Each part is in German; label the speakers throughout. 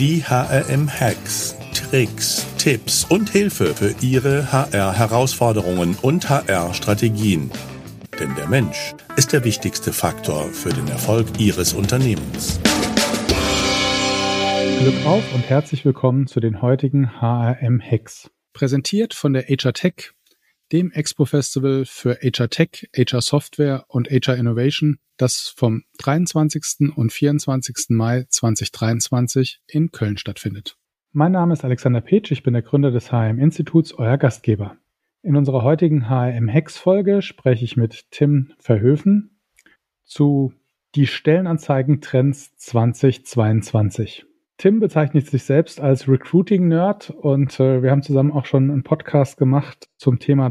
Speaker 1: Die HRM-Hacks, Tricks, Tipps und Hilfe für Ihre HR-Herausforderungen und HR-Strategien. Denn der Mensch ist der wichtigste Faktor für den Erfolg Ihres Unternehmens.
Speaker 2: Glück auf und herzlich willkommen zu den heutigen HRM-Hacks. Präsentiert von der HR Tech, dem Expo-Festival für HR Tech, HR Software und HR Innovation, das vom 23. und 24. Mai 2023 in Köln stattfindet. Mein Name ist Alexander Petsch, ich bin der Gründer des HRM-Instituts, euer Gastgeber. In unserer heutigen HRM-Hacks-Folge spreche ich mit Tim Verhoeven zu die Stellenanzeigen-Trends 2022. Tim bezeichnet sich selbst als Recruiting-Nerd und wir haben zusammen auch schon einen Podcast gemacht zum Thema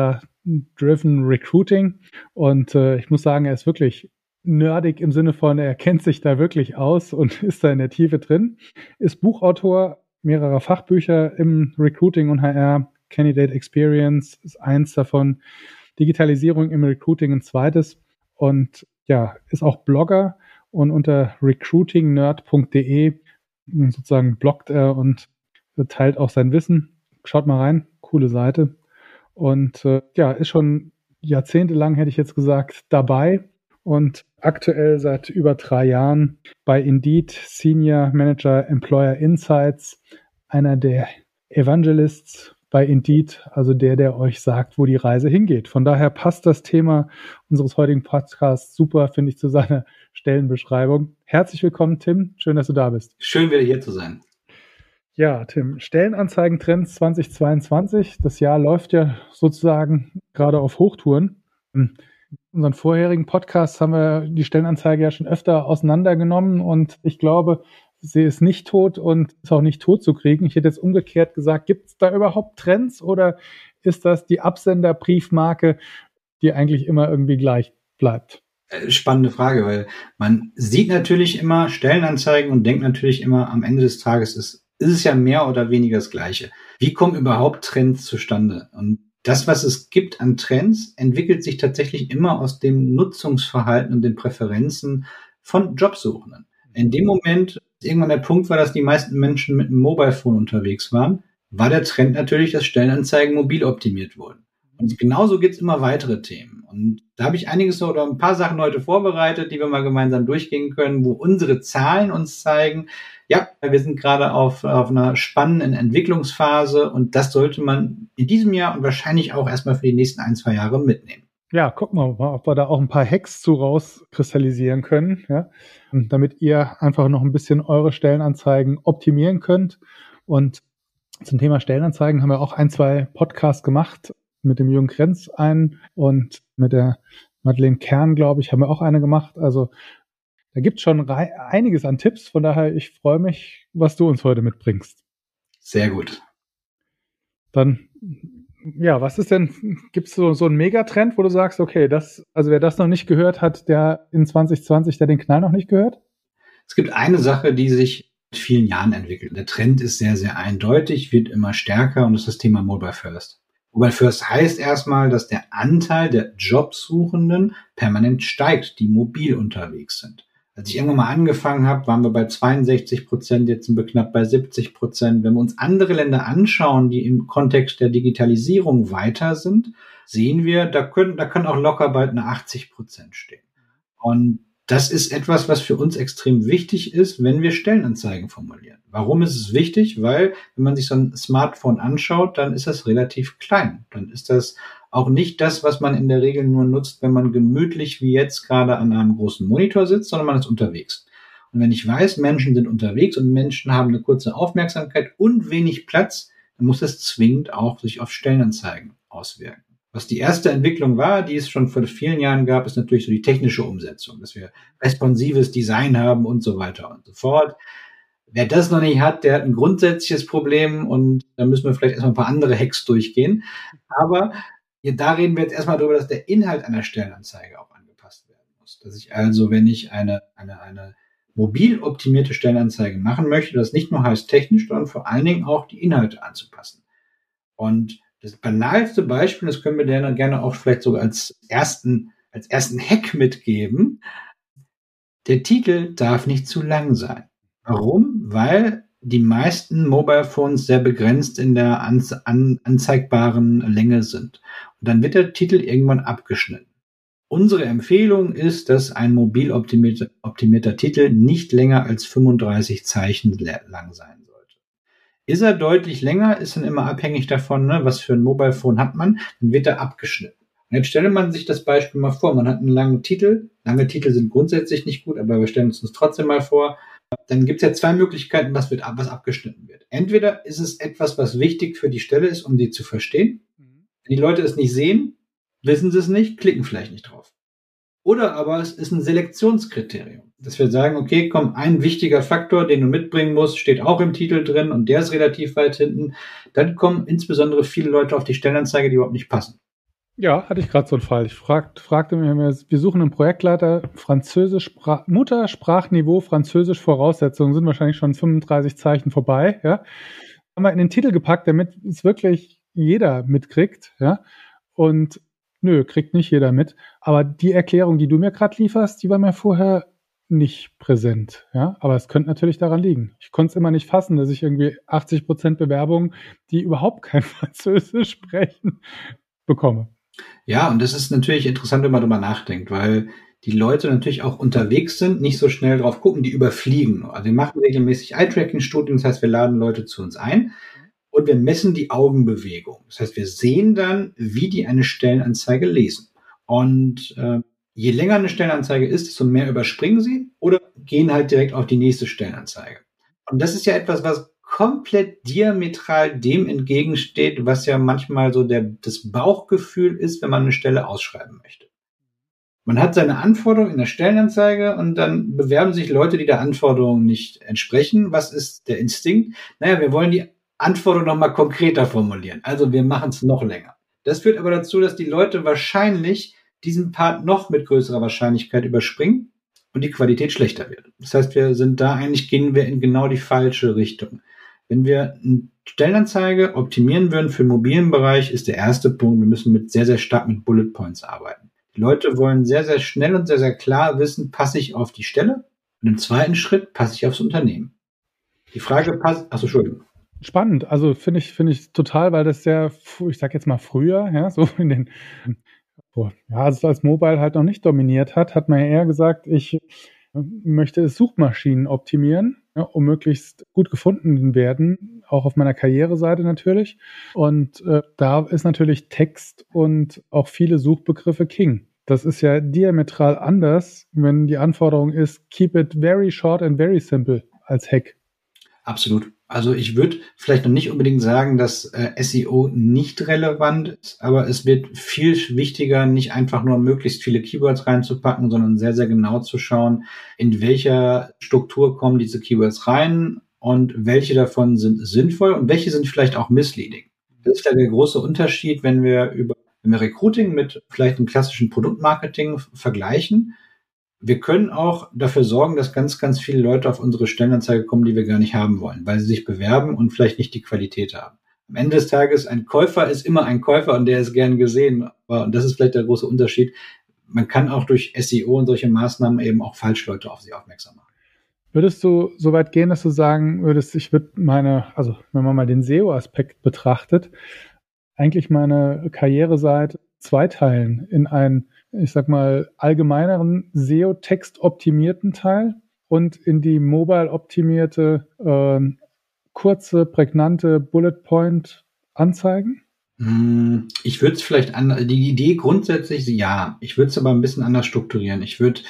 Speaker 2: Data-Driven Recruiting und ich muss sagen, er ist wirklich nerdig im Sinne von, er kennt sich da wirklich aus und ist da in der Tiefe drin, ist Buchautor mehrerer Fachbücher im Recruiting und HR, Candidate Experience ist eins davon, Digitalisierung im Recruiting ein zweites und ja, ist auch Blogger und unter recruitingnerd.de sozusagen bloggt er und teilt auch sein Wissen. Schaut mal rein, coole Seite. Und ist schon jahrzehntelang, hätte ich jetzt gesagt, dabei und aktuell seit über 3 Jahren bei Indeed Senior Manager Employer Insights, einer der Evangelists bei Indeed, also der euch sagt, wo die Reise hingeht. Von daher passt das Thema unseres heutigen Podcasts super, finde ich, zu seiner Stellenbeschreibung. Herzlich willkommen, Tim. Schön, dass du da bist.
Speaker 3: Schön, wieder hier zu sein.
Speaker 2: Ja, Tim, Stellenanzeigen-Trends 2022. Das Jahr läuft ja sozusagen gerade auf Hochtouren. In unseren vorherigen Podcasts haben wir die Stellenanzeige ja schon öfter auseinandergenommen und ich glaube, sie ist nicht tot und ist auch nicht tot zu kriegen. Ich hätte jetzt umgekehrt gesagt, gibt es da überhaupt Trends oder ist das die Absenderbriefmarke, die eigentlich immer irgendwie gleich bleibt?
Speaker 3: Spannende Frage, weil man sieht natürlich immer Stellenanzeigen und denkt natürlich immer, am Ende des Tages ist es ja mehr oder weniger das Gleiche. Wie kommen überhaupt Trends zustande? Und das, was es gibt an Trends, entwickelt sich tatsächlich immer aus dem Nutzungsverhalten und den Präferenzen von Jobsuchenden. In dem Moment, irgendwann der Punkt war, dass die meisten Menschen mit einem Mobilephone unterwegs waren, war der Trend natürlich, dass Stellenanzeigen mobil optimiert wurden. Und genauso gibt es immer weitere Themen. Und da habe ich einiges oder ein paar Sachen heute vorbereitet, die wir mal gemeinsam durchgehen können, wo unsere Zahlen uns zeigen, ja, wir sind gerade auf einer spannenden Entwicklungsphase und das sollte man in diesem Jahr und wahrscheinlich auch erstmal für die nächsten 1-2 Jahre mitnehmen.
Speaker 2: Ja, gucken wir mal, ob wir da auch ein paar Hacks zu rauskristallisieren können, ja, damit ihr einfach noch ein bisschen eure Stellenanzeigen optimieren könnt. Und zum Thema Stellenanzeigen haben wir auch 1-2 Podcasts gemacht, mit dem Jürgen Krenz einen und mit der Madeleine Kern, glaube ich, haben wir auch eine gemacht. Also da gibt es schon einiges an Tipps. Von daher, ich freue mich, was du uns heute mitbringst.
Speaker 3: Sehr gut.
Speaker 2: Dann, ja, was ist denn, gibt es so einen Megatrend, wo du sagst, okay, also wer das noch nicht gehört hat, der in 2020, der den Knall noch nicht gehört?
Speaker 3: Es gibt eine Sache, die sich mit vielen Jahren entwickelt. Der Trend ist sehr, sehr eindeutig, wird immer stärker und das ist das Thema Mobile First. Mobile First heißt erstmal, dass der Anteil der Jobsuchenden permanent steigt, die mobil unterwegs sind. Als ich irgendwann mal angefangen habe, waren wir bei 62%, jetzt sind wir knapp bei 70%. Wenn wir uns andere Länder anschauen, die im Kontext der Digitalisierung weiter sind, sehen wir, da können auch locker bald eine 80% stehen. Und das ist etwas, was für uns extrem wichtig ist, wenn wir Stellenanzeigen formulieren. Warum ist es wichtig? Weil, wenn man sich so ein Smartphone anschaut, dann ist das relativ klein. Dann ist das auch nicht das, was man in der Regel nur nutzt, wenn man gemütlich wie jetzt gerade an einem großen Monitor sitzt, sondern man ist unterwegs. Und wenn ich weiß, Menschen sind unterwegs und Menschen haben eine kurze Aufmerksamkeit und wenig Platz, dann muss das zwingend auch sich auf Stellenanzeigen auswirken. Was die erste Entwicklung war, die es schon vor vielen Jahren gab, ist natürlich so die technische Umsetzung, dass wir responsives Design haben und so weiter und so fort. Wer das noch nicht hat, der hat ein grundsätzliches Problem und da müssen wir vielleicht erstmal ein paar andere Hacks durchgehen. Aber da reden wir jetzt erstmal darüber, dass der Inhalt einer Stellenanzeige auch angepasst werden muss. Dass ich also, wenn ich eine mobil optimierte Stellenanzeige machen möchte, das nicht nur heißt technisch, sondern vor allen Dingen auch die Inhalte anzupassen. Und das banalste Beispiel, das können wir gerne auch vielleicht sogar als ersten Hack mitgeben. Der Titel darf nicht zu lang sein. Warum? Weil die meisten Mobile Phones sehr begrenzt in der anzeigbaren Länge sind. Und dann wird der Titel irgendwann abgeschnitten. Unsere Empfehlung ist, dass ein mobil optimierter Titel nicht länger als 35 Zeichen lang sein sollte. Ist er deutlich länger, ist dann immer abhängig davon, ne, was für ein Mobile Phone hat man, dann wird er abgeschnitten. Und jetzt stelle man sich das Beispiel mal vor, man hat einen langen Titel. Lange Titel sind grundsätzlich nicht gut, aber wir stellen uns das trotzdem mal vor. Dann gibt es ja zwei Möglichkeiten, was abgeschnitten wird. Entweder ist es etwas, was wichtig für die Stelle ist, um sie zu verstehen. Wenn die Leute es nicht sehen, wissen sie es nicht, klicken vielleicht nicht drauf. Oder aber es ist ein Selektionskriterium, dass wir sagen, okay, komm, ein wichtiger Faktor, den du mitbringen musst, steht auch im Titel drin und der ist relativ weit hinten. Dann kommen insbesondere viele Leute auf die Stellenanzeige, die überhaupt nicht passen.
Speaker 2: Ja, hatte ich gerade so einen Fall. Ich fragte mich, wir suchen einen Projektleiter, Muttersprachniveau, Französisch Voraussetzungen sind wahrscheinlich schon 35 Zeichen vorbei, ja. Haben wir in den Titel gepackt, damit es wirklich jeder mitkriegt, ja. Und nö, kriegt nicht jeder mit. Aber die Erklärung, die du mir gerade lieferst, die war mir vorher nicht präsent. Ja, aber es könnte natürlich daran liegen. Ich konnte es immer nicht fassen, dass ich irgendwie 80% Bewerbungen, die überhaupt kein Französisch sprechen, bekomme.
Speaker 3: Ja, und das ist natürlich interessant, wenn man darüber nachdenkt, weil die Leute natürlich auch unterwegs sind, nicht so schnell drauf gucken, die überfliegen. Also wir machen regelmäßig Eye-Tracking-Studien, das heißt, wir laden Leute zu uns ein. Und wir messen die Augenbewegung. Das heißt, wir sehen dann, wie die eine Stellenanzeige lesen. Und je länger eine Stellenanzeige ist, desto mehr überspringen sie oder gehen halt direkt auf die nächste Stellenanzeige. Und das ist ja etwas, was komplett diametral dem entgegensteht, was ja manchmal so das Bauchgefühl ist, wenn man eine Stelle ausschreiben möchte. Man hat seine Anforderungen in der Stellenanzeige und dann bewerben sich Leute, die der Anforderung nicht entsprechen. Was ist der Instinkt? Naja, wir wollen die Anforderung nochmal konkreter formulieren. Also wir machen es noch länger. Das führt aber dazu, dass die Leute wahrscheinlich diesen Part noch mit größerer Wahrscheinlichkeit überspringen und die Qualität schlechter wird. Das heißt, gehen wir in genau die falsche Richtung. Wenn wir eine Stellenanzeige optimieren würden für den mobilen Bereich, ist der erste Punkt, wir müssen sehr, sehr stark mit Bullet Points arbeiten. Die Leute wollen sehr, sehr schnell und sehr, sehr klar wissen, passe ich auf die Stelle? Und im zweiten Schritt passe ich aufs Unternehmen. Die Frage Entschuldigung.
Speaker 2: Spannend, also finde ich total, weil das ja, ich sag jetzt mal früher, ja, so als Mobile halt noch nicht dominiert hat man ja eher gesagt, ich möchte Suchmaschinen optimieren, ja, um möglichst gut gefunden werden, auch auf meiner Karriereseite natürlich. Und da ist natürlich Text und auch viele Suchbegriffe King. Das ist ja diametral anders, wenn die Anforderung ist, keep it very short and very simple als Hack.
Speaker 3: Absolut. Also ich würde vielleicht noch nicht unbedingt sagen, dass SEO nicht relevant ist, aber es wird viel wichtiger, nicht einfach nur möglichst viele Keywords reinzupacken, sondern sehr, sehr genau zu schauen, in welcher Struktur kommen diese Keywords rein und welche davon sind sinnvoll und welche sind vielleicht auch misleading. Das ist ja der große Unterschied, wenn wir Recruiting mit vielleicht einem klassischen Produktmarketing vergleichen. Wir können auch dafür sorgen, dass ganz, ganz viele Leute auf unsere Stellenanzeige kommen, die wir gar nicht haben wollen, weil sie sich bewerben und vielleicht nicht die Qualität haben. Am Ende des Tages, ein Käufer ist immer ein Käufer und der ist gern gesehen. Und das ist vielleicht der große Unterschied. Man kann auch durch SEO und solche Maßnahmen eben auch Falschleute auf sie aufmerksam machen.
Speaker 2: Würdest du so weit gehen, dass du sagen würdest, wenn man mal den SEO-Aspekt betrachtet, eigentlich meine Karriereseite zweiteilen in einen, ich sag mal, allgemeineren SEO-Text-optimierten Teil und in die mobile-optimierte, kurze, prägnante Bullet-Point-Anzeigen?
Speaker 3: Ich würde es vielleicht die Idee grundsätzlich, ja. Ich würde es aber ein bisschen anders strukturieren. Ich würde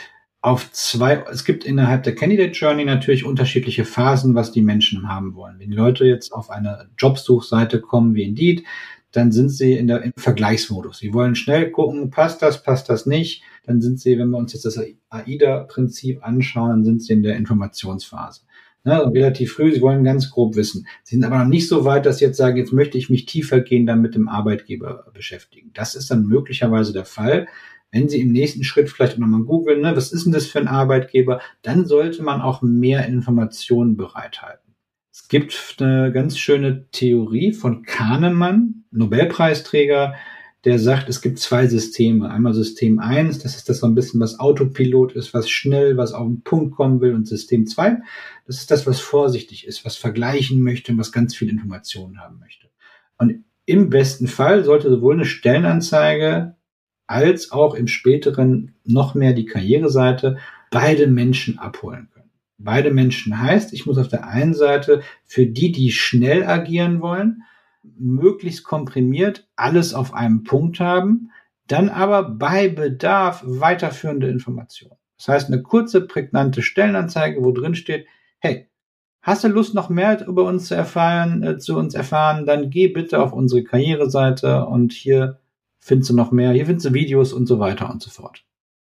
Speaker 3: es gibt innerhalb der Candidate Journey natürlich unterschiedliche Phasen, was die Menschen haben wollen. Wenn die Leute jetzt auf eine Jobsuchseite kommen wie Indeed, dann sind sie im Vergleichsmodus. Sie wollen schnell gucken, passt das nicht. Dann sind sie, wenn wir uns jetzt das AIDA-Prinzip anschauen, dann sind sie in der Informationsphase. Also relativ früh, sie wollen ganz grob wissen. Sie sind aber noch nicht so weit, dass sie jetzt sagen, jetzt möchte ich mich tiefergehend dann mit dem Arbeitgeber beschäftigen. Das ist dann möglicherweise der Fall. Wenn Sie im nächsten Schritt vielleicht auch nochmal googeln, was ist denn das für ein Arbeitgeber, dann sollte man auch mehr Informationen bereithalten. Es gibt eine ganz schöne Theorie von Kahnemann, Nobelpreisträger, der sagt, es gibt 2 Systeme. Einmal System 1, das ist das so ein bisschen, was Autopilot ist, was schnell, was auf den Punkt kommen will. Und System 2, das ist das, was vorsichtig ist, was vergleichen möchte und was ganz viel Informationen haben möchte. Und im besten Fall sollte sowohl eine Stellenanzeige als auch im späteren noch mehr die Karriereseite beide Menschen abholen können. Beide Menschen heißt, ich muss auf der einen Seite für die schnell agieren wollen, möglichst komprimiert alles auf einem Punkt haben, dann aber bei Bedarf weiterführende Informationen. Das heißt, eine kurze, prägnante Stellenanzeige, wo drin steht, hey, hast du Lust, noch mehr über uns zu erfahren, dann geh bitte auf unsere Karriereseite und hier findest du noch mehr, hier findest du Videos und so weiter und so fort.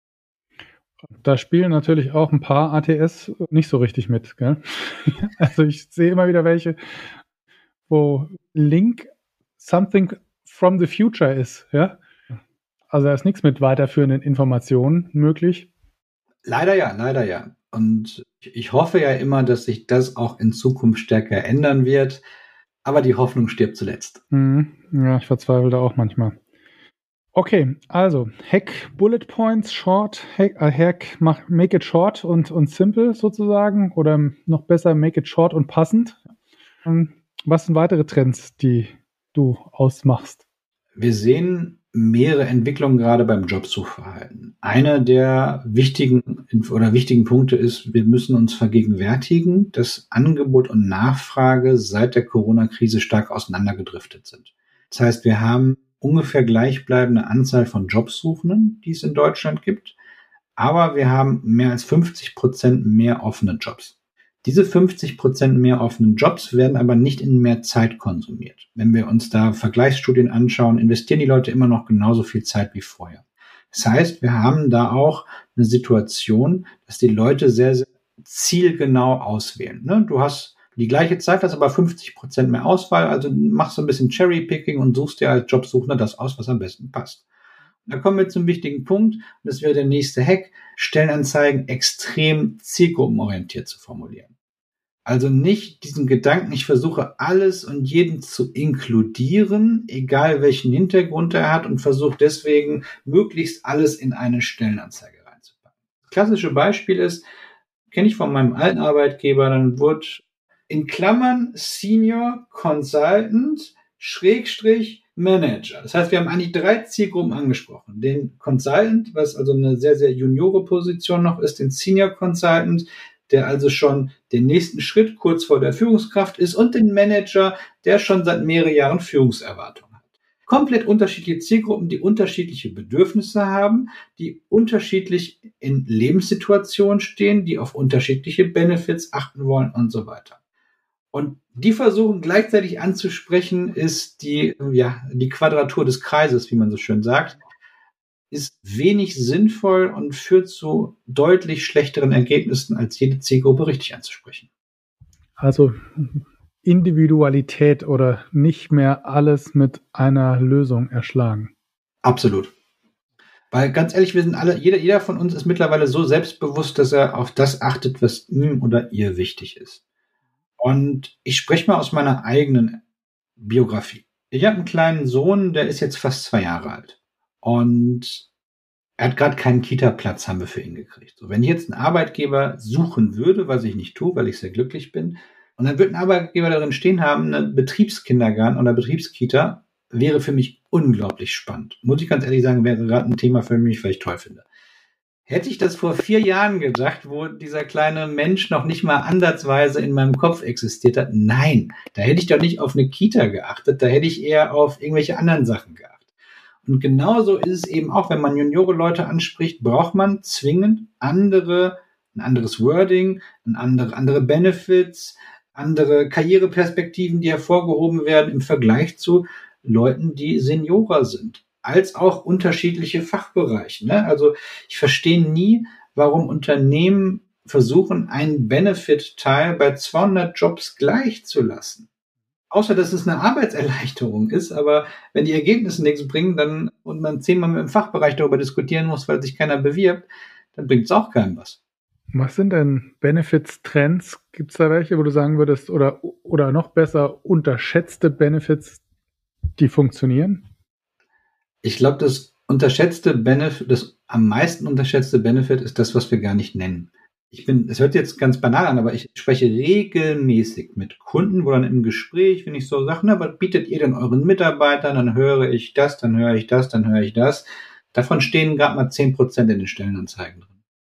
Speaker 2: Da spielen natürlich auch ein paar ATS nicht so richtig mit, gell? Also ich sehe immer wieder welche, wo Link something from the future ist, ja? Also da ist nichts mit weiterführenden Informationen möglich.
Speaker 3: Leider ja. Und ich hoffe ja immer, dass sich das auch in Zukunft stärker ändern wird. Aber die Hoffnung stirbt zuletzt.
Speaker 2: Ja, ich verzweifle da auch manchmal. Okay, also Hack Bullet Points, Short, Hack make it short und simple sozusagen oder noch besser make it short und passend. Was sind weitere Trends, die du ausmachst?
Speaker 3: Wir sehen mehrere Entwicklungen gerade beim Jobsuchverhalten. Einer der wichtigen Punkte ist, wir müssen uns vergegenwärtigen, dass Angebot und Nachfrage seit der Corona-Krise stark auseinandergedriftet sind. Das heißt, wir haben ungefähr gleichbleibende Anzahl von Jobsuchenden, die es in Deutschland gibt, aber wir haben mehr als 50% mehr offene Jobs. Diese 50% mehr offenen Jobs werden aber nicht in mehr Zeit konsumiert. Wenn wir uns da Vergleichsstudien anschauen, investieren die Leute immer noch genauso viel Zeit wie vorher. Das heißt, wir haben da auch eine Situation, dass die Leute sehr, sehr zielgenau auswählen. Du hast die gleiche Zeit, hast aber 50% mehr Auswahl, also machst du ein bisschen Cherry-Picking und suchst dir als Jobsuchender das aus, was am besten passt. Da kommen wir zum wichtigen Punkt, und das wäre der nächste Hack, Stellenanzeigen extrem zielgruppenorientiert zu formulieren. Also nicht diesen Gedanken, ich versuche alles und jeden zu inkludieren, egal welchen Hintergrund er hat, und versuche deswegen möglichst alles in eine Stellenanzeige reinzupacken. Das klassische Beispiel ist, kenne ich von meinem alten Arbeitgeber, dann wurde in Klammern Senior Consultant / Manager. Das heißt, wir haben eigentlich 3 Zielgruppen angesprochen. Den Consultant, was also eine sehr, sehr juniore Position noch ist, den Senior Consultant, der also schon den nächsten Schritt kurz vor der Führungskraft ist, und den Manager, der schon seit mehreren Jahren Führungserwartungen hat. Komplett unterschiedliche Zielgruppen, die unterschiedliche Bedürfnisse haben, die unterschiedlich in Lebenssituationen stehen, die auf unterschiedliche Benefits achten wollen und so weiter. Und die versuchen gleichzeitig anzusprechen, ist die Quadratur des Kreises, wie man so schön sagt, ist wenig sinnvoll und führt zu deutlich schlechteren Ergebnissen, als jede Zielgruppe richtig anzusprechen.
Speaker 2: Also Individualität oder nicht mehr alles mit einer Lösung erschlagen.
Speaker 3: Absolut. Weil ganz ehrlich, wir sind alle, jeder von uns ist mittlerweile so selbstbewusst, dass er auf das achtet, was ihm oder ihr wichtig ist. Und ich spreche mal aus meiner eigenen Biografie. Ich habe einen kleinen Sohn, der ist jetzt fast 2 Jahre alt. Und er hat gerade keinen Kita-Platz, haben wir für ihn gekriegt. So, wenn ich jetzt einen Arbeitgeber suchen würde, was ich nicht tue, weil ich sehr glücklich bin, und dann würde ein Arbeitgeber darin stehen haben, eine Betriebskindergarten oder Betriebskita, wäre für mich unglaublich spannend. Muss ich ganz ehrlich sagen, wäre gerade ein Thema für mich, weil ich toll finde. Hätte ich das vor 4 Jahren gedacht, wo dieser kleine Mensch noch nicht mal ansatzweise in meinem Kopf existiert hat? Nein, da hätte ich doch nicht auf eine Kita geachtet, da hätte ich eher auf irgendwelche anderen Sachen geachtet. Und genauso ist es eben auch, wenn man juniore Leute anspricht, braucht man zwingend ein anderes Wording, andere Benefits, andere Karriereperspektiven, die hervorgehoben werden im Vergleich zu Leuten, die Seniorer sind. Als auch unterschiedliche Fachbereiche. Ne? Also ich verstehe nie, warum Unternehmen versuchen, einen Benefit-Teil bei 200 Jobs gleich zu lassen. Außer, dass es eine Arbeitserleichterung ist, aber wenn die Ergebnisse nichts bringen, dann und man 10-mal mit dem Fachbereich darüber diskutieren muss, weil sich keiner bewirbt, dann bringt es auch keinem was.
Speaker 2: Was sind denn Benefits, Trends? Gibt es da welche, wo du sagen würdest, oder noch besser unterschätzte Benefits, die funktionieren?
Speaker 3: Ich glaube, das am meisten unterschätzte Benefit ist das, was wir gar nicht nennen. Es hört jetzt ganz banal an, aber ich spreche regelmäßig mit Kunden, wo dann im Gespräch, wenn ich so sage, na, was bietet ihr denn euren Mitarbeitern? Dann höre ich das, dann höre ich das, dann höre ich das. Davon stehen gerade mal 10% in den Stellenanzeigen drin.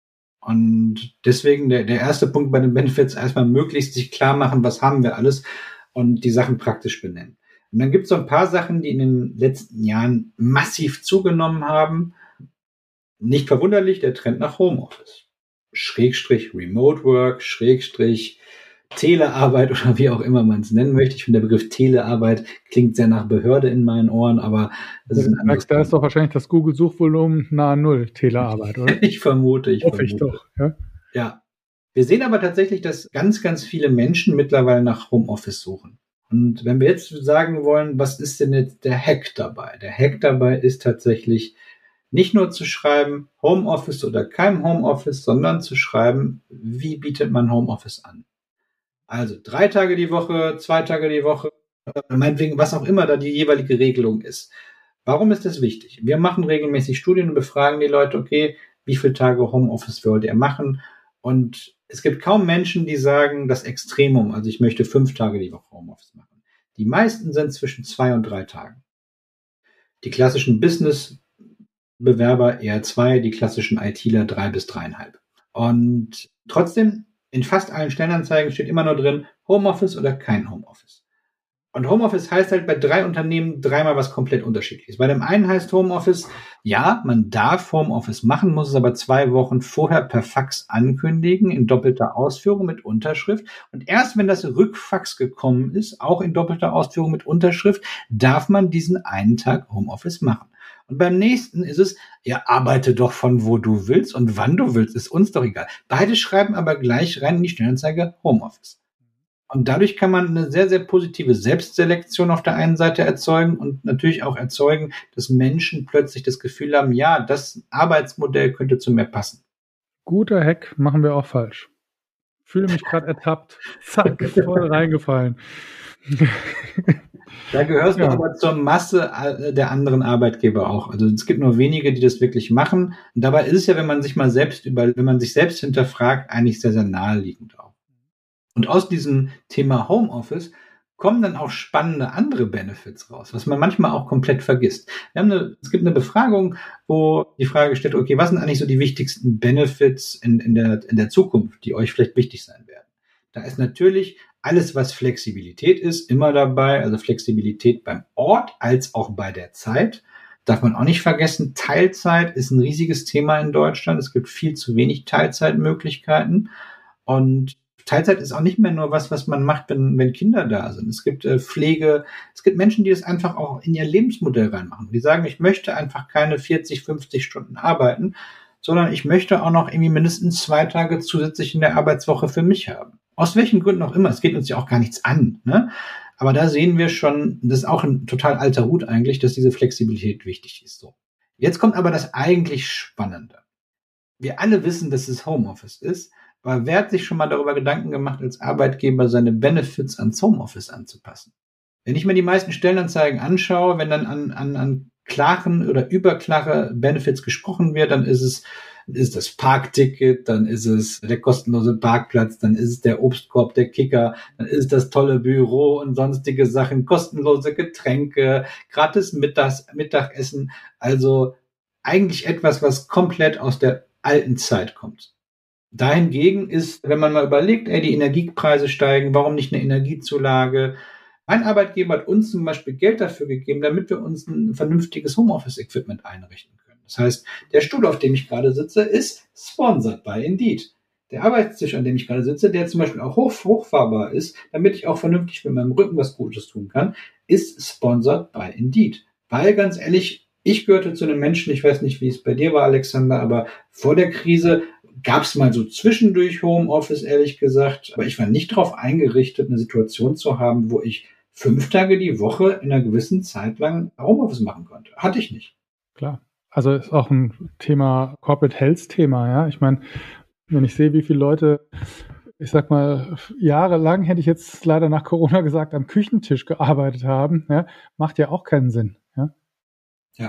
Speaker 3: Und deswegen der erste Punkt bei den Benefits, erstmal möglichst sich klar machen, was haben wir alles und die Sachen praktisch benennen. Und dann gibt es so ein paar Sachen, die in den letzten Jahren massiv zugenommen haben. Nicht verwunderlich, der Trend nach Homeoffice. Schrägstrich Remote Work, Schrägstrich Telearbeit oder wie auch immer man es nennen möchte. Ich finde, der Begriff Telearbeit klingt sehr nach Behörde in meinen Ohren, aber das ist ein anderes
Speaker 2: Da ist doch wahrscheinlich das Google-Suchvolumen nahe Null, Telearbeit, oder?
Speaker 3: Ich vermute.
Speaker 2: Hoffe ich doch, ja.
Speaker 3: Ja. Wir sehen aber tatsächlich, dass ganz, ganz viele Menschen mittlerweile nach Homeoffice suchen. Und wenn wir jetzt sagen wollen, was ist denn jetzt der Hack dabei? Der Hack dabei ist tatsächlich nicht nur zu schreiben Homeoffice oder kein Homeoffice, sondern zu schreiben, wie bietet man Homeoffice an? Also 3 Tage die Woche, 2 Tage die Woche, meinetwegen, was auch immer da die jeweilige Regelung ist. Warum ist das wichtig? Wir machen regelmäßig Studien und befragen die Leute, okay, wie viele Tage Homeoffice wollt ihr machen? Und es gibt kaum Menschen, die sagen, das Extremum, also ich möchte 5 Tage die Woche Homeoffice machen. Die meisten sind zwischen 2 und 3 Tagen. Die klassischen Business-Bewerber eher 2, die klassischen ITler 3 bis 3,5. Und trotzdem, in fast allen Stellenanzeigen steht immer nur drin, Homeoffice oder kein Homeoffice. Und Homeoffice heißt halt bei 3 Unternehmen dreimal was komplett Unterschiedliches. Bei dem einen heißt Homeoffice, ja, man darf Homeoffice machen, muss es aber 2 Wochen vorher per Fax ankündigen, in doppelter Ausführung mit Unterschrift. Und erst wenn das Rückfax gekommen ist, auch in doppelter Ausführung mit Unterschrift, darf man diesen einen Tag Homeoffice machen. Und beim nächsten ist es, ja, arbeite doch von wo du willst und wann du willst, ist uns doch egal. Beide schreiben aber gleich rein in die Stellenanzeige Homeoffice. Und dadurch kann man eine sehr, sehr positive Selbstselektion auf der einen Seite erzeugen und natürlich auch erzeugen, dass Menschen plötzlich das Gefühl haben, ja, das Arbeitsmodell könnte zu mir passen.
Speaker 2: Guter Hack, machen wir auch falsch. Fühle mich gerade ertappt. Zack, voll reingefallen.
Speaker 3: Da gehörst du aber zur Masse der anderen Arbeitgeber auch. Also es gibt nur wenige, die das wirklich machen. Und dabei ist es ja, wenn man sich selbst hinterfragt, eigentlich sehr, sehr naheliegend auch. Und aus diesem Thema Homeoffice kommen dann auch spannende andere Benefits raus, was man manchmal auch komplett vergisst. Es gibt eine Befragung, wo die Frage gestellt wird, okay, was sind eigentlich so die wichtigsten Benefits in der Zukunft, die euch vielleicht wichtig sein werden? Da ist natürlich alles, was Flexibilität ist, immer dabei, also Flexibilität beim Ort als auch bei der Zeit. Darf man auch nicht vergessen, Teilzeit ist ein riesiges Thema in Deutschland. Es gibt viel zu wenig Teilzeitmöglichkeiten. Und Teilzeit ist auch nicht mehr nur was man macht, wenn Kinder da sind. Es gibt Pflege, es gibt Menschen, die es einfach auch in ihr Lebensmodell reinmachen. Die sagen, ich möchte einfach keine 40, 50 Stunden arbeiten, sondern ich möchte auch noch irgendwie mindestens 2 Tage zusätzlich in der Arbeitswoche für mich haben. Aus welchen Gründen auch immer. Es geht uns ja auch gar nichts an, ne? Aber da sehen wir schon, das ist auch ein total alter Hut eigentlich, dass diese Flexibilität wichtig ist. So. Jetzt kommt aber das eigentlich Spannende. Wir alle wissen, dass es Homeoffice ist, aber wer hat sich schon mal darüber Gedanken gemacht, als Arbeitgeber seine Benefits ans Homeoffice anzupassen? Wenn ich mir die meisten Stellenanzeigen anschaue, wenn dann an klaren oder überklare Benefits gesprochen wird, dann ist das Parkticket, dann ist es der kostenlose Parkplatz, dann ist es der Obstkorb, der Kicker, dann ist es das tolle Büro und sonstige Sachen, kostenlose Getränke, gratis Mittagessen. Also eigentlich etwas, was komplett aus der alten Zeit kommt. Dahingegen ist, wenn man mal überlegt, die Energiepreise steigen, warum nicht eine Energiezulage? Mein Arbeitgeber hat uns zum Beispiel Geld dafür gegeben, damit wir uns ein vernünftiges Homeoffice-Equipment einrichten können. Das heißt, der Stuhl, auf dem ich gerade sitze, ist sponsored by Indeed. Der Arbeitstisch, an dem ich gerade sitze, der zum Beispiel auch hochfahrbar ist, damit ich auch vernünftig mit meinem Rücken was Gutes tun kann, ist sponsored by Indeed. Weil, ganz ehrlich, ich gehörte zu den Menschen, ich weiß nicht, wie es bei dir war, Alexander, aber vor der Krise gab es mal so zwischendurch Homeoffice, ehrlich gesagt. Aber ich war nicht darauf eingerichtet, eine Situation zu haben, wo ich 5 Tage die Woche in einer gewissen Zeit lang Homeoffice machen konnte. Hatte ich nicht.
Speaker 2: Klar. Also ist auch ein Thema, Corporate Health Thema, ja. Ich meine, wenn ich sehe, wie viele Leute, ich sag mal, jahrelang, hätte ich jetzt leider nach Corona gesagt, am Küchentisch gearbeitet haben, ja, macht ja auch keinen Sinn, ja.
Speaker 3: Ja.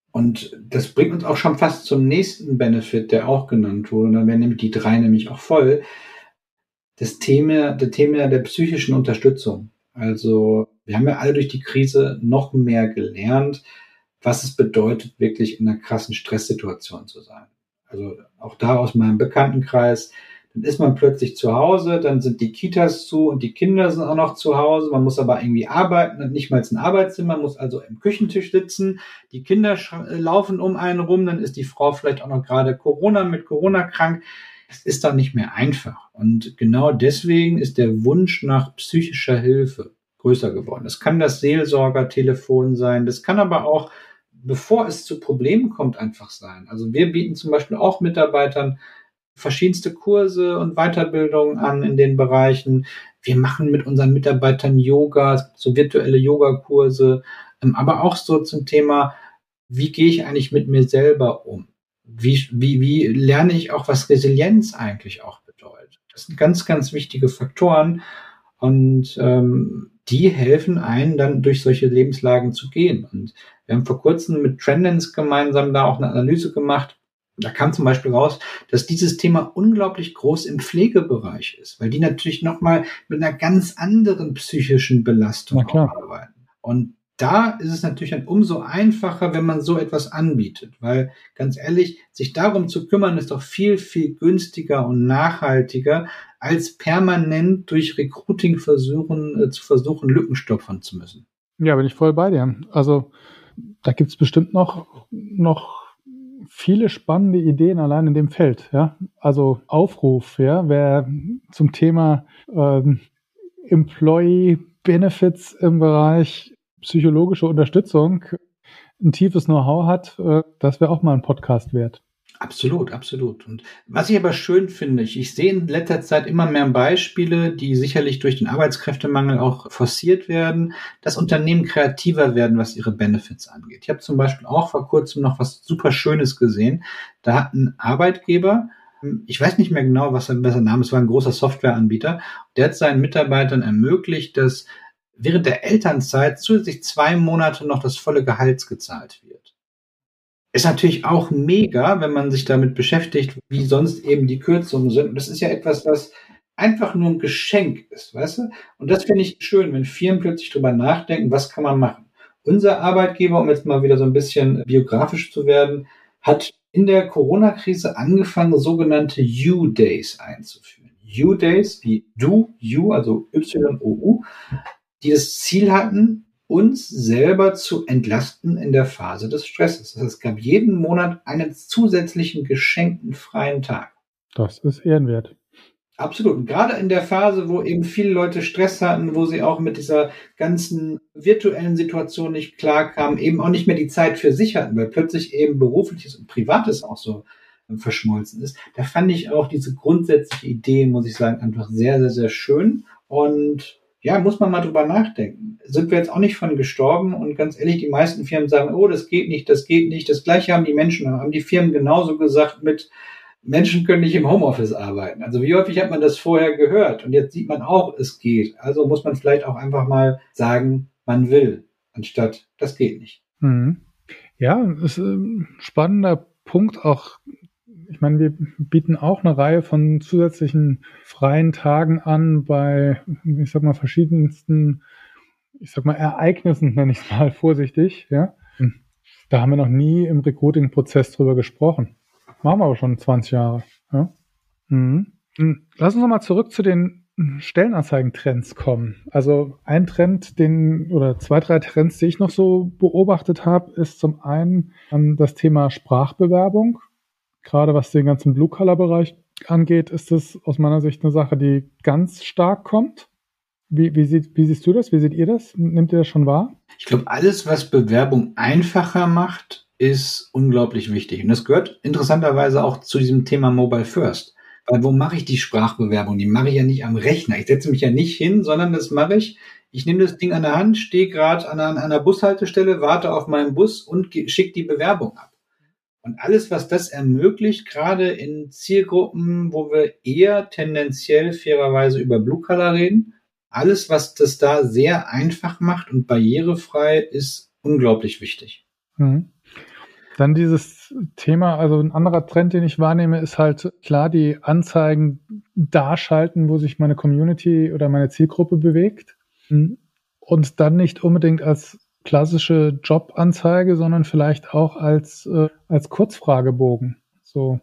Speaker 3: Und das bringt uns auch schon fast zum nächsten Benefit, der auch genannt wurde. Und dann werden nämlich die 3 nämlich auch voll. Das Thema der psychischen Unterstützung. Also wir haben ja alle durch die Krise noch mehr gelernt, was es bedeutet, wirklich in einer krassen Stresssituation zu sein. Also auch da aus meinem Bekanntenkreis, dann ist man plötzlich zu Hause, dann sind die Kitas zu und die Kinder sind auch noch zu Hause. Man muss aber irgendwie arbeiten und nicht mal ein Arbeitszimmer, muss also im Küchentisch sitzen. Die Kinder laufen um einen rum, dann ist die Frau vielleicht auch noch gerade mit Corona krank. Es ist dann nicht mehr einfach. Und genau deswegen ist der Wunsch nach psychischer Hilfe größer geworden. Das kann das Seelsorgertelefon sein, das kann aber auch, bevor es zu Problemen kommt, einfach sein. Also wir bieten zum Beispiel auch Mitarbeitern verschiedenste Kurse und Weiterbildungen an in den Bereichen. Wir machen mit unseren Mitarbeitern Yoga, so virtuelle Yogakurse, aber auch so zum Thema, wie gehe ich eigentlich mit mir selber um? Wie lerne ich auch, was Resilienz eigentlich auch bedeutet? Das sind ganz, ganz wichtige Faktoren und die helfen einem dann durch solche Lebenslagen zu gehen. Und wir haben vor kurzem mit Trendens gemeinsam da auch eine Analyse gemacht. Da kam zum Beispiel raus, dass dieses Thema unglaublich groß im Pflegebereich ist, weil die natürlich nochmal mit einer ganz anderen psychischen Belastung arbeiten. Und da ist es natürlich dann umso einfacher, wenn man so etwas anbietet, weil ganz ehrlich, sich darum zu kümmern, ist doch viel, viel günstiger und nachhaltiger, als permanent durch Recruiting zu versuchen, Lücken stopfen zu müssen.
Speaker 2: Ja, bin ich voll bei dir. Also da gibt's bestimmt noch viele spannende Ideen allein in dem Feld. Ja, also Aufruf, ja, wer zum Thema Employee Benefits im Bereich psychologische Unterstützung ein tiefes Know-how hat, das wäre auch mal ein Podcast wert.
Speaker 3: Absolut, absolut. Und was ich aber schön finde, ich sehe in letzter Zeit immer mehr Beispiele, die sicherlich durch den Arbeitskräftemangel auch forciert werden, dass Unternehmen kreativer werden, was ihre Benefits angeht. Ich habe zum Beispiel auch vor kurzem noch was super Schönes gesehen. Da hat ein Arbeitgeber, ich weiß nicht mehr genau, was sein Name ist, es war ein großer Softwareanbieter, der hat seinen Mitarbeitern ermöglicht, dass während der Elternzeit zusätzlich 2 Monate noch das volle Gehalt gezahlt wird. Ist natürlich auch mega, wenn man sich damit beschäftigt, wie sonst eben die Kürzungen sind. Und das ist ja etwas, was einfach nur ein Geschenk ist, weißt du? Und das finde ich schön, wenn Firmen plötzlich drüber nachdenken, was kann man machen. Unser Arbeitgeber, um jetzt mal wieder so ein bisschen biografisch zu werden, hat in der Corona-Krise angefangen, sogenannte U-Days einzuführen. U-Days wie Do, You, also Y-O-U, die das Ziel hatten, uns selber zu entlasten in der Phase des Stresses. Das heißt, es gab jeden Monat einen zusätzlichen geschenkten freien Tag.
Speaker 2: Das ist ehrenwert.
Speaker 3: Absolut. Und gerade in der Phase, wo eben viele Leute Stress hatten, wo sie auch mit dieser ganzen virtuellen Situation nicht klarkamen, eben auch nicht mehr die Zeit für sich hatten, weil plötzlich eben berufliches und privates auch so verschmolzen ist. Da fand ich auch diese grundsätzliche Idee, muss ich sagen, einfach sehr, sehr, sehr schön. Und ja, muss man mal drüber nachdenken. Sind wir jetzt auch nicht von gestorben? Und ganz ehrlich, die meisten Firmen sagen, oh, das geht nicht, das geht nicht. Das Gleiche haben die Firmen genauso gesagt mit, Menschen können nicht im Homeoffice arbeiten. Also wie häufig hat man das vorher gehört? Und jetzt sieht man auch, es geht. Also muss man vielleicht auch einfach mal sagen, man will, anstatt, das geht nicht.
Speaker 2: Mhm. Ja, das ist ein spannender Punkt auch. Ich meine, wir bieten auch eine Reihe von zusätzlichen freien Tagen an bei, ich sag mal, verschiedensten, Ereignissen, nenne ich es mal vorsichtig, ja. Da haben wir noch nie im Recruiting-Prozess drüber gesprochen. Machen wir aber schon 20 Jahre, ja. Mhm. Lass uns nochmal zurück zu den Stellenanzeigentrends kommen. Also ein Trend, oder 2, 3 Trends, die ich noch so beobachtet habe, ist zum einen das Thema Sprachbewerbung. Gerade was den ganzen Blue-Color-Bereich angeht, ist das aus meiner Sicht eine Sache, die ganz stark kommt. Wie siehst du das? Wie seht ihr das? Nehmt ihr das schon wahr?
Speaker 3: Ich glaube, alles, was Bewerbung einfacher macht, ist unglaublich wichtig. Und das gehört interessanterweise auch zu diesem Thema Mobile First. Weil wo mache ich die Sprachbewerbung? Die mache ich ja nicht am Rechner. Ich setze mich ja nicht hin, sondern das mache ich. Ich nehme das Ding an der Hand, stehe gerade an einer Bushaltestelle, warte auf meinen Bus und schicke die Bewerbung ab. Und alles, was das ermöglicht, gerade in Zielgruppen, wo wir eher tendenziell fairerweise über Blue Color reden, alles, was das da sehr einfach macht und barrierefrei, ist unglaublich wichtig.
Speaker 2: Mhm. Dann dieses Thema, also ein anderer Trend, den ich wahrnehme, ist halt klar die Anzeigen da schalten, wo sich meine Community oder meine Zielgruppe bewegt. Und dann nicht unbedingt als klassische Jobanzeige, sondern vielleicht auch als Kurzfragebogen. So,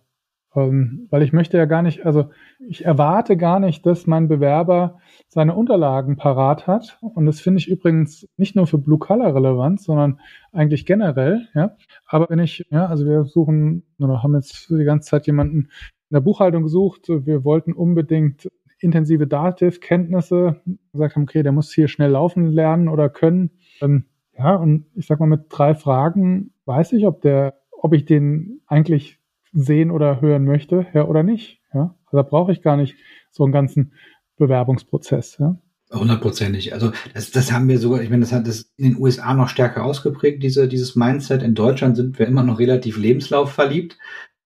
Speaker 2: weil ich möchte ja gar nicht, also ich erwarte gar nicht, dass mein Bewerber seine Unterlagen parat hat. Und das finde ich übrigens nicht nur für Blue-Collar relevant, sondern eigentlich generell, ja. Aber wenn ich, ja, also wir suchen oder haben jetzt die ganze Zeit jemanden in der Buchhaltung gesucht, wir wollten unbedingt intensive Dativ-Kenntnisse, gesagt haben, okay, der muss hier schnell laufen lernen oder können. Ja, und ich sag mal, mit 3 Fragen weiß ich, ob ich den eigentlich sehen oder hören möchte, ja, oder nicht. Ja, also da brauche ich gar nicht so einen ganzen Bewerbungsprozess. Ja.
Speaker 3: 100%. Also das haben wir sogar, ich meine, das hat das in den USA noch stärker ausgeprägt, dieses Mindset. In Deutschland sind wir immer noch relativ lebenslaufverliebt.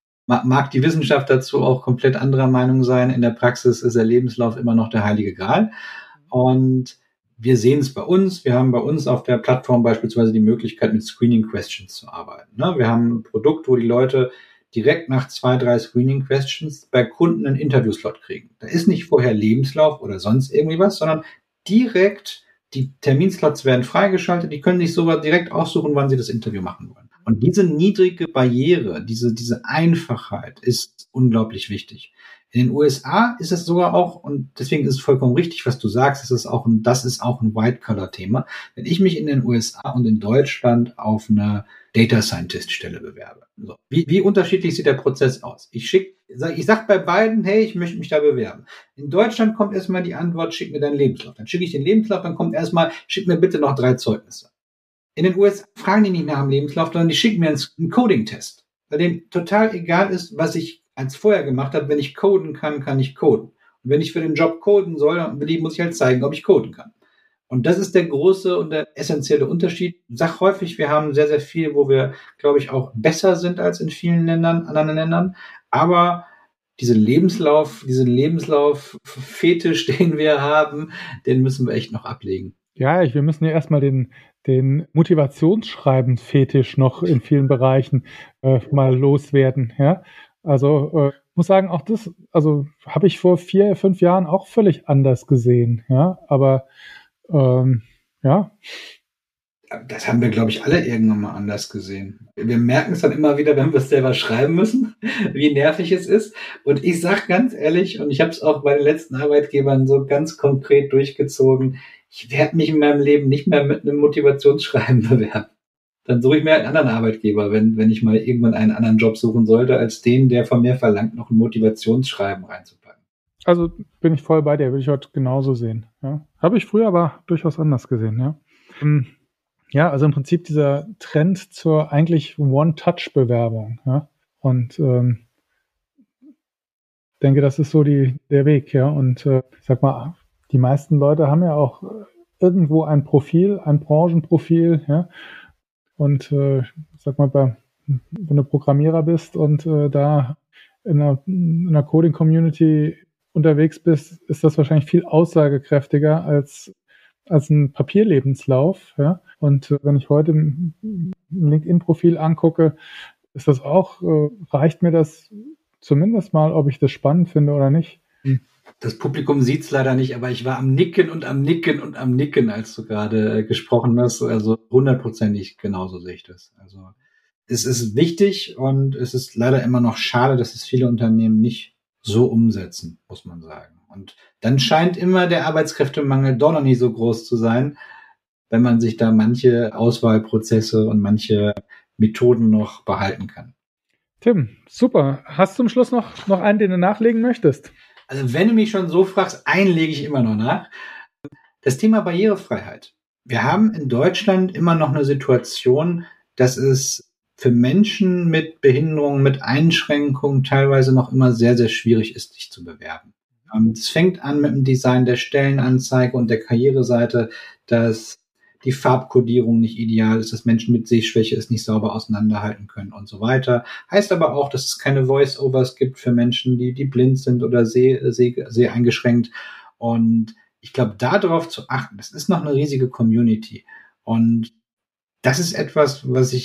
Speaker 3: Mag die Wissenschaft dazu auch komplett anderer Meinung sein. In der Praxis ist der Lebenslauf immer noch der heilige Gral. Und wir sehen es bei uns. Wir haben bei uns auf der Plattform beispielsweise die Möglichkeit, mit Screening Questions zu arbeiten. Wir haben ein Produkt, wo die Leute direkt nach 2, 3 Screening Questions bei Kunden einen Interviewslot kriegen. Da ist nicht vorher Lebenslauf oder sonst irgendwie was, sondern direkt die Terminslots werden freigeschaltet. Die können sich sogar direkt aussuchen, wann sie das Interview machen wollen. Und diese niedrige Barriere, diese Einfachheit ist unglaublich wichtig. In den USA ist es sogar auch, und deswegen ist es vollkommen richtig, was du sagst, das ist auch ein White-Collar-Thema. Wenn ich mich in den USA und in Deutschland auf eine Data Scientist-Stelle bewerbe. So. Wie unterschiedlich sieht der Prozess aus? Ich sag bei beiden, hey, ich möchte mich da bewerben. In Deutschland kommt erstmal die Antwort, schick mir deinen Lebenslauf. Dann schicke ich den Lebenslauf, dann kommt erstmal, schick mir bitte noch 3 Zeugnisse. In den USA fragen die nicht nach dem Lebenslauf, sondern die schicken mir einen Coding-Test, bei dem total egal ist, was ich als vorher gemacht habe. Wenn ich coden kann, kann ich coden. Und wenn ich für den Job coden soll, dann muss ich halt zeigen, ob ich coden kann. Und das ist der große und der essentielle Unterschied. Ich sag häufig, wir haben sehr, sehr viel, wo wir, glaube ich, auch besser sind als in vielen anderen Ländern. Aber diesen Lebenslauf-Fetisch, den wir haben, den müssen wir echt noch ablegen.
Speaker 2: Ja, wir müssen ja erstmal den Motivationsschreiben-Fetisch noch in vielen Bereichen mal loswerden. Ja, also muss sagen, auch das, also habe ich vor 4, 5 Jahren auch völlig anders gesehen. Ja, aber ja.
Speaker 3: Das haben wir, glaube ich, alle irgendwann mal anders gesehen. Wir merken es dann immer wieder, wenn wir es selber schreiben müssen, wie nervig es ist. Und ich sage ganz ehrlich, und ich habe es auch bei den letzten Arbeitgebern so ganz konkret durchgezogen, ich werde mich in meinem Leben nicht mehr mit einem Motivationsschreiben bewerben. Dann suche ich mir einen anderen Arbeitgeber, wenn ich mal irgendwann einen anderen Job suchen sollte, als den, der von mir verlangt, noch ein Motivationsschreiben reinzupacken.
Speaker 2: Also bin ich voll bei dir, würde ich heute genauso sehen. Ja. Habe ich früher aber durchaus anders gesehen, ja. Ja, also im Prinzip dieser Trend zur eigentlich One-Touch-Bewerbung, ja. Und denke, das ist so der Weg, ja. Und ich sag mal, die meisten Leute haben ja auch irgendwo ein Profil, ein Branchenprofil, ja. Und sag mal, wenn du Programmierer bist und da in einer Coding-Community unterwegs bist, ist das wahrscheinlich viel aussagekräftiger als ein Papierlebenslauf. Ja? Und wenn ich heute ein LinkedIn-Profil angucke, ist das auch, reicht mir das zumindest mal, ob ich das spannend finde oder nicht.
Speaker 3: Das Publikum sieht es leider nicht, aber ich war am Nicken und am Nicken und am Nicken, als du gerade gesprochen hast. Also 100%ig genauso sehe ich das. Also es ist wichtig und es ist leider immer noch schade, dass es viele Unternehmen nicht so umsetzen, muss man sagen. Und dann scheint immer der Arbeitskräftemangel doch noch nicht so groß zu sein, wenn man sich da manche Auswahlprozesse und manche Methoden noch behalten kann.
Speaker 2: Tim, super. Hast du zum Schluss noch einen, den du nachlegen möchtest?
Speaker 3: Also wenn du mich schon so fragst, einen lege ich immer noch nach. Das Thema Barrierefreiheit. Wir haben in Deutschland immer noch eine Situation, dass es für Menschen mit Behinderungen, mit Einschränkungen teilweise noch immer sehr, sehr schwierig ist, sich zu bewerben. Es fängt an mit dem Design der Stellenanzeige und der Karriereseite, dass die Farbkodierung nicht ideal ist, dass Menschen mit Sehschwäche es nicht sauber auseinanderhalten können und so weiter. Heißt aber auch, dass es keine Voice-Overs gibt für Menschen, die blind sind oder seheingeschränkt. Und ich glaube, darauf zu achten, das ist noch eine riesige Community. Und das ist etwas, was ich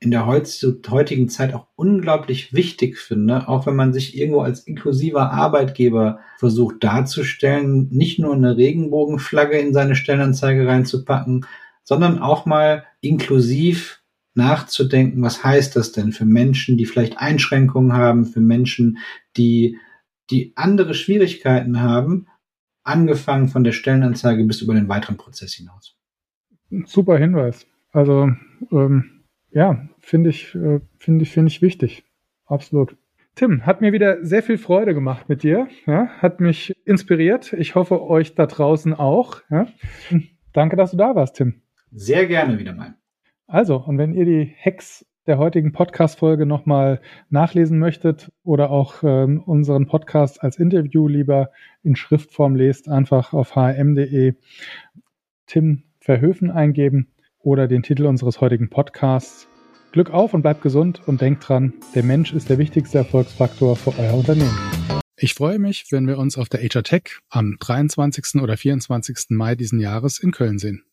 Speaker 3: in der heutigen Zeit auch unglaublich wichtig finde, auch wenn man sich irgendwo als inklusiver Arbeitgeber versucht darzustellen, nicht nur eine Regenbogenflagge in seine Stellenanzeige reinzupacken, sondern auch mal inklusiv nachzudenken, was heißt das denn für Menschen, die vielleicht Einschränkungen haben, für Menschen, die andere Schwierigkeiten haben, angefangen von der Stellenanzeige bis über den weiteren Prozess hinaus.
Speaker 2: Super Hinweis. Also finde ich wichtig. Absolut. Tim, hat mir wieder sehr viel Freude gemacht mit dir. Ja, hat mich inspiriert. Ich hoffe, euch da draußen auch. Ja. Danke, dass du da warst, Tim.
Speaker 3: Sehr gerne wieder mal.
Speaker 2: Also, und wenn ihr die Hacks der heutigen Podcast-Folge nochmal nachlesen möchtet oder auch unseren Podcast als Interview lieber in Schriftform lest, einfach auf hrm.de Tim Verhöfen eingeben oder den Titel unseres heutigen Podcasts. Glück auf und bleibt gesund und denkt dran, der Mensch ist der wichtigste Erfolgsfaktor für euer Unternehmen. Ich freue mich, wenn wir uns auf der HR Tech am 23. oder 24. Mai diesen Jahres in Köln sehen.